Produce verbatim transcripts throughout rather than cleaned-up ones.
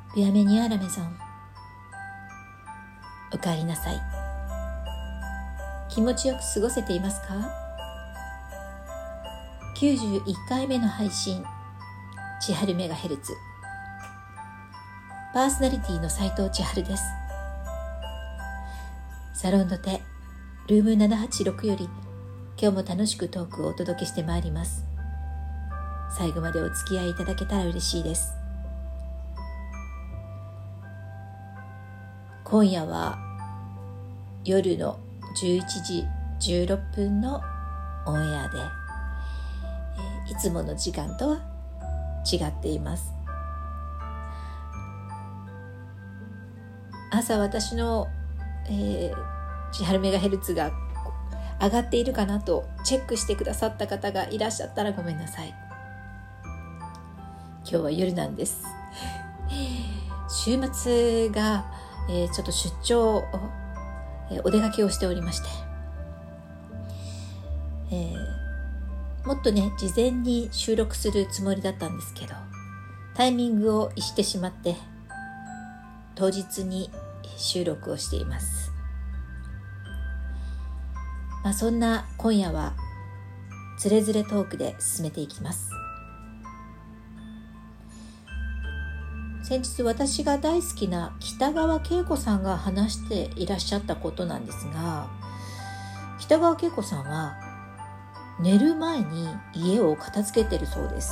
ビアメニアーラメゾン、おかえりなさい。気持ちよく過ごせていますか？きゅうじゅういっかいめの配信、千春メガヘルツ。パーソナリティの斉藤千春です。サロンドテルームななはちろくより今日も楽しくトークをお届けしてまいります。最後までお付き合いいただけたら嬉しいです。今夜は夜のじゅういちじじゅうろっぷんのオンエアで、えー、いつもの時間とは違っています。朝私の、えー、千春メガヘルツが上がっているかなとチェックしてくださった方がいらっしゃったらごめんなさい。今日は夜なんです。週末がえー、ちょっと出張、えー、お出かけをしておりまして、えー、もっとね事前に収録するつもりだったんですけど、タイミングを逸してしまって当日に収録をしています。まあ、そんな今夜はつれづれトークで進めていきます。先日私が大好きな北川景子さんが話していらっしゃったことなんですが、北川景子さんは寝る前に家を片付けてるそうです。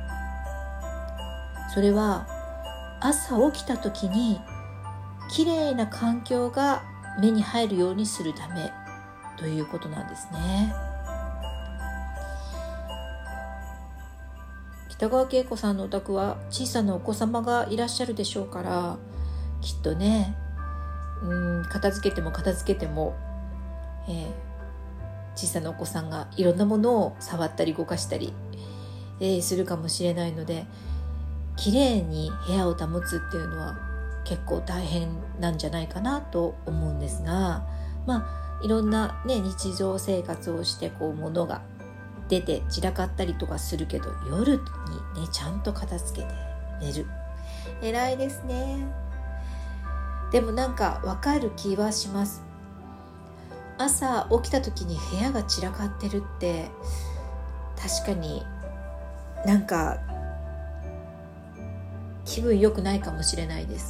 それは朝起きた時にきれいな環境が目に入るようにするためということなんですね。北川景子さんのお宅は小さなお子様がいらっしゃるでしょうから、きっとね、うん片付けても片付けても、えー、小さなお子さんがいろんなものを触ったり動かしたり、えー、するかもしれないので、きれいに部屋を保つっていうのは結構大変なんじゃないかなと思うんですが、まあいろんなね日常生活をしてこう物が出て散らかったりとかするけど、夜にねちゃんと片付けて寝る、偉いですね。でもなんかわかる気はします。朝起きた時に部屋が散らかってるって確かになんか気分良くないかもしれないです。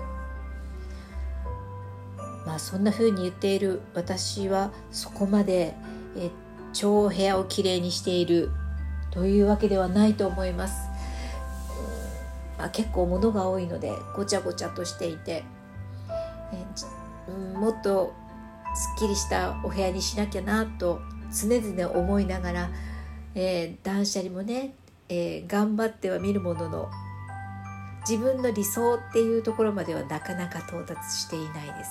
まあそんな風に言っている私はそこまでえ超部屋をきれいにしているというわけではないと思います。うんまあ、結構物が多いのでごちゃごちゃとしていて、え、うん、もっとすっきりしたお部屋にしなきゃなと常々思いながら、えー、断捨離もね、えー、頑張ってはみるものの、自分の理想っていうところまではなかなか到達していないです。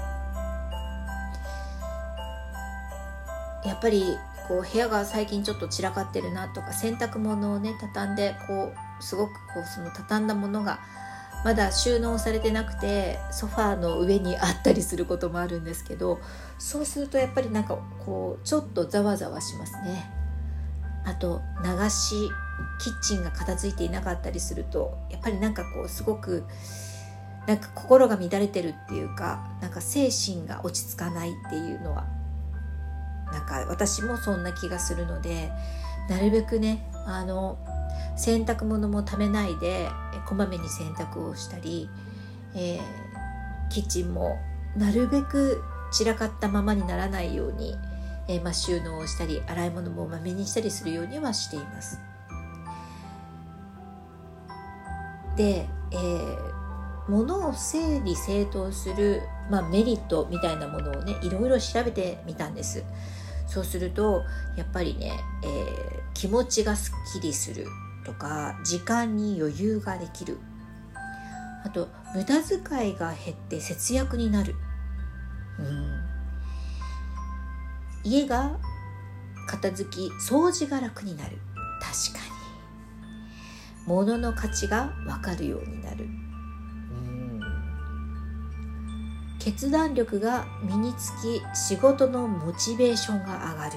やっぱりこう部屋が最近ちょっと散らかってるなとか、洗濯物をね畳んでこうすごくこうその畳んだものがまだ収納されてなくてソファーの上にあったりすることもあるんですけど、そうするとやっぱりなんかこうちょっとざわざわしますね。あと流しキッチンが片付いていなかったりすると、やっぱりなんかこうすごくなんか心が乱れてるっていうか、なんか精神が落ち着かないっていうのはなんか私もそんな気がするので、なるべくねあの洗濯物もためないでこまめに洗濯をしたり、えー、キッチンもなるべく散らかったままにならないように、えーまあ、収納をしたり洗い物もまめにしたりするようにはしています。で、えー、物を整理整頓する、まあ、メリットみたいなものをねいろいろ調べてみたんです。そうするとやっぱりね、えー、気持ちがすっきりするとか、時間に余裕ができる、あと無駄遣いが減って節約になる、うん、家が片付き掃除が楽になる、確かに物の価値が分かるようになる、うん、決断力が身につき仕事のモチベーションが上がる、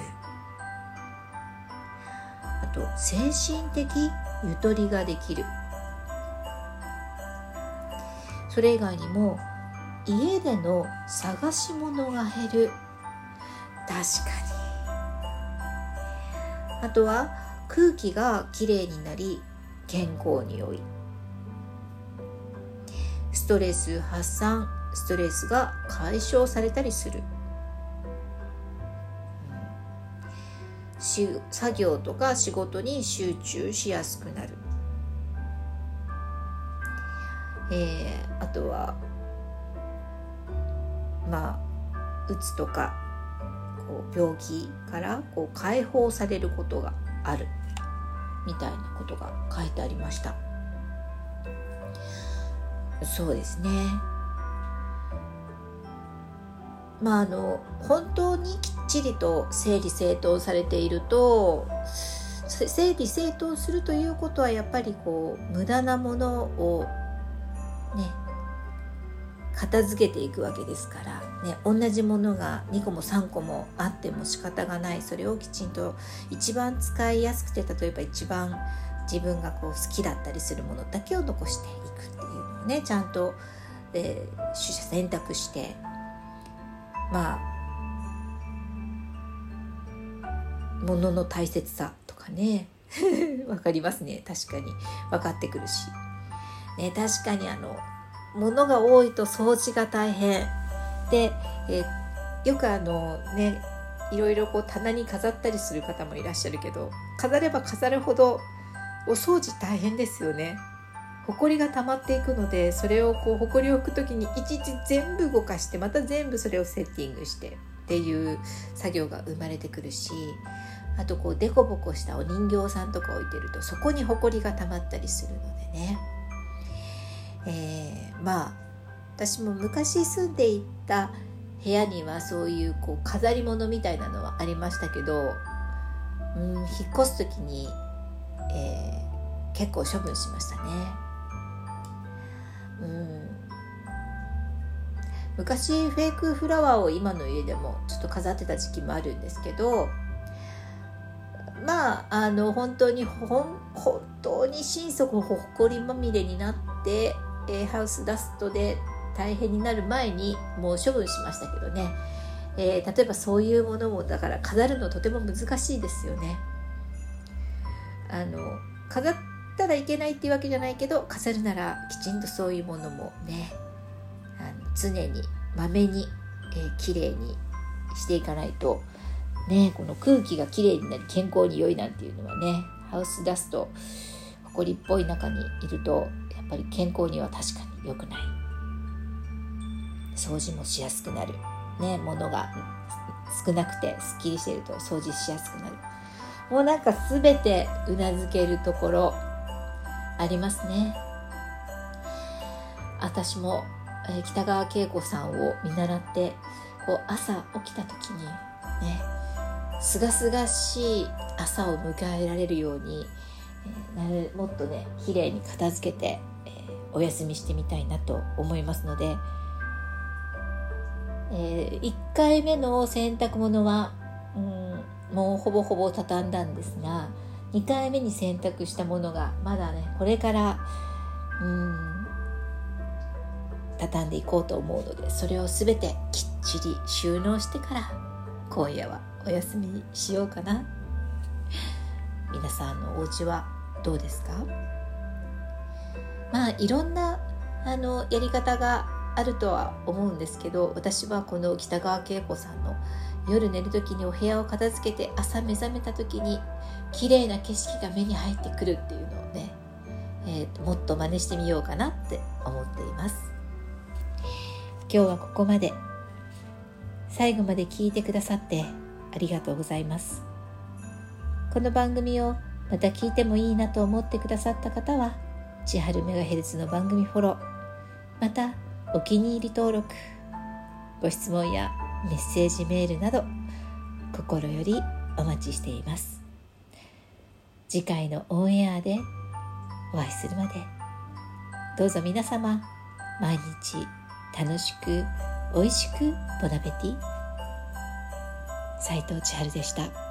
あと精神的ゆとりができる、 それ以外にも家での探し物が減る。確かに。あとは空気がきれいになり健康に良い。ストレス発散、ストレスが解消されたりする。し作業とか仕事に集中しやすくなる。えー、あとはまあうつとかこう病気からこう解放されることがあるみたいなことが書いてありました。そうですね。まああの本当にきっちりと整理整頓されていると、整理整頓するということはやっぱりこう無駄なものをね片付けていくわけですからね。同じものがにこもさんこもあっても仕方がない。それをきちんと一番使いやすくて、例えば一番自分がこう好きだったりするものだけを残していくっていうのをね、ちゃんと、えー、取捨選択して、まあ物の大切さとかねわかりますね。確かに分かってくるし、ね、確かにあの物が多いと掃除が大変で、えー、よくあのねいろいろこう棚に飾ったりする方もいらっしゃるけど、飾れば飾るほどお掃除大変ですよね。ほこりが溜まっていくので、それをこうほこりを拭くときにいちいち全部動かして、また全部それをセッティングしてっていう作業が生まれてくるし、あとこうデコボコしたお人形さんとか置いてるとそこにほこりが溜まったりするのでね、えー、まあ私も昔住んでいた部屋にはそういうこう飾り物みたいなのはありましたけど、うん、引っ越す時に、えー、結構処分しましたね。うん、昔フェイクフラワーを今の家でもちょっと飾ってた時期もあるんですけど、まああの本当にほん本当に心底ほこりまみれになって、えー、ハウスダストで大変になる前にもう処分しましたけどね、えー、例えばそういうものもだから飾るのとても難しいですよね。あの飾ったらいけないっていうわけじゃないけど、飾るならきちんとそういうものもね、あの常にまめに、えー、きれいにしていかないとね、この空気がきれいになり健康に良いなんていうのはね、ハウスダストほこりっぽい中にいるとやっぱり健康には確かに良くない。掃除もしやすくなるね、物が少なくてすっきりしていると掃除しやすくなる。もうなんかすべてうなずけるところありますね。私も、えー、北川景子さんを見習ってこう朝起きた時にね、すがすがしい朝を迎えられるように、えー、なるもっとね綺麗に片付けて、えー、お休みしてみたいなと思いますので、えー、いっかいめの洗濯物は、うん、もうほぼほぼ畳んだんですが、にかいめに洗濯したものがまだねこれから、うん、畳んでいこうと思うので、それをすべてきっちり収納してから今夜はお休みにしようかな。皆さんのお家はどうですか？まあいろんなあのやり方があるとは思うんですけど、私はこの北川景子さんの夜寝る時にお部屋を片付けて朝目覚めた時に綺麗な景色が目に入ってくるっていうのをね、えーと、もっと真似してみようかなって思っています。今日はここまで。最後まで聞いてくださってありがとうございます。この番組をまた聞いてもいいなと思ってくださった方は、千春メガヘルツの番組フォロー、またお気に入り登録、ご質問やメッセージメールなど心よりお待ちしています。次回のオンエアでお会いするまで、どうぞ皆様毎日楽しくおいしくボナペティ。斉藤千春でした。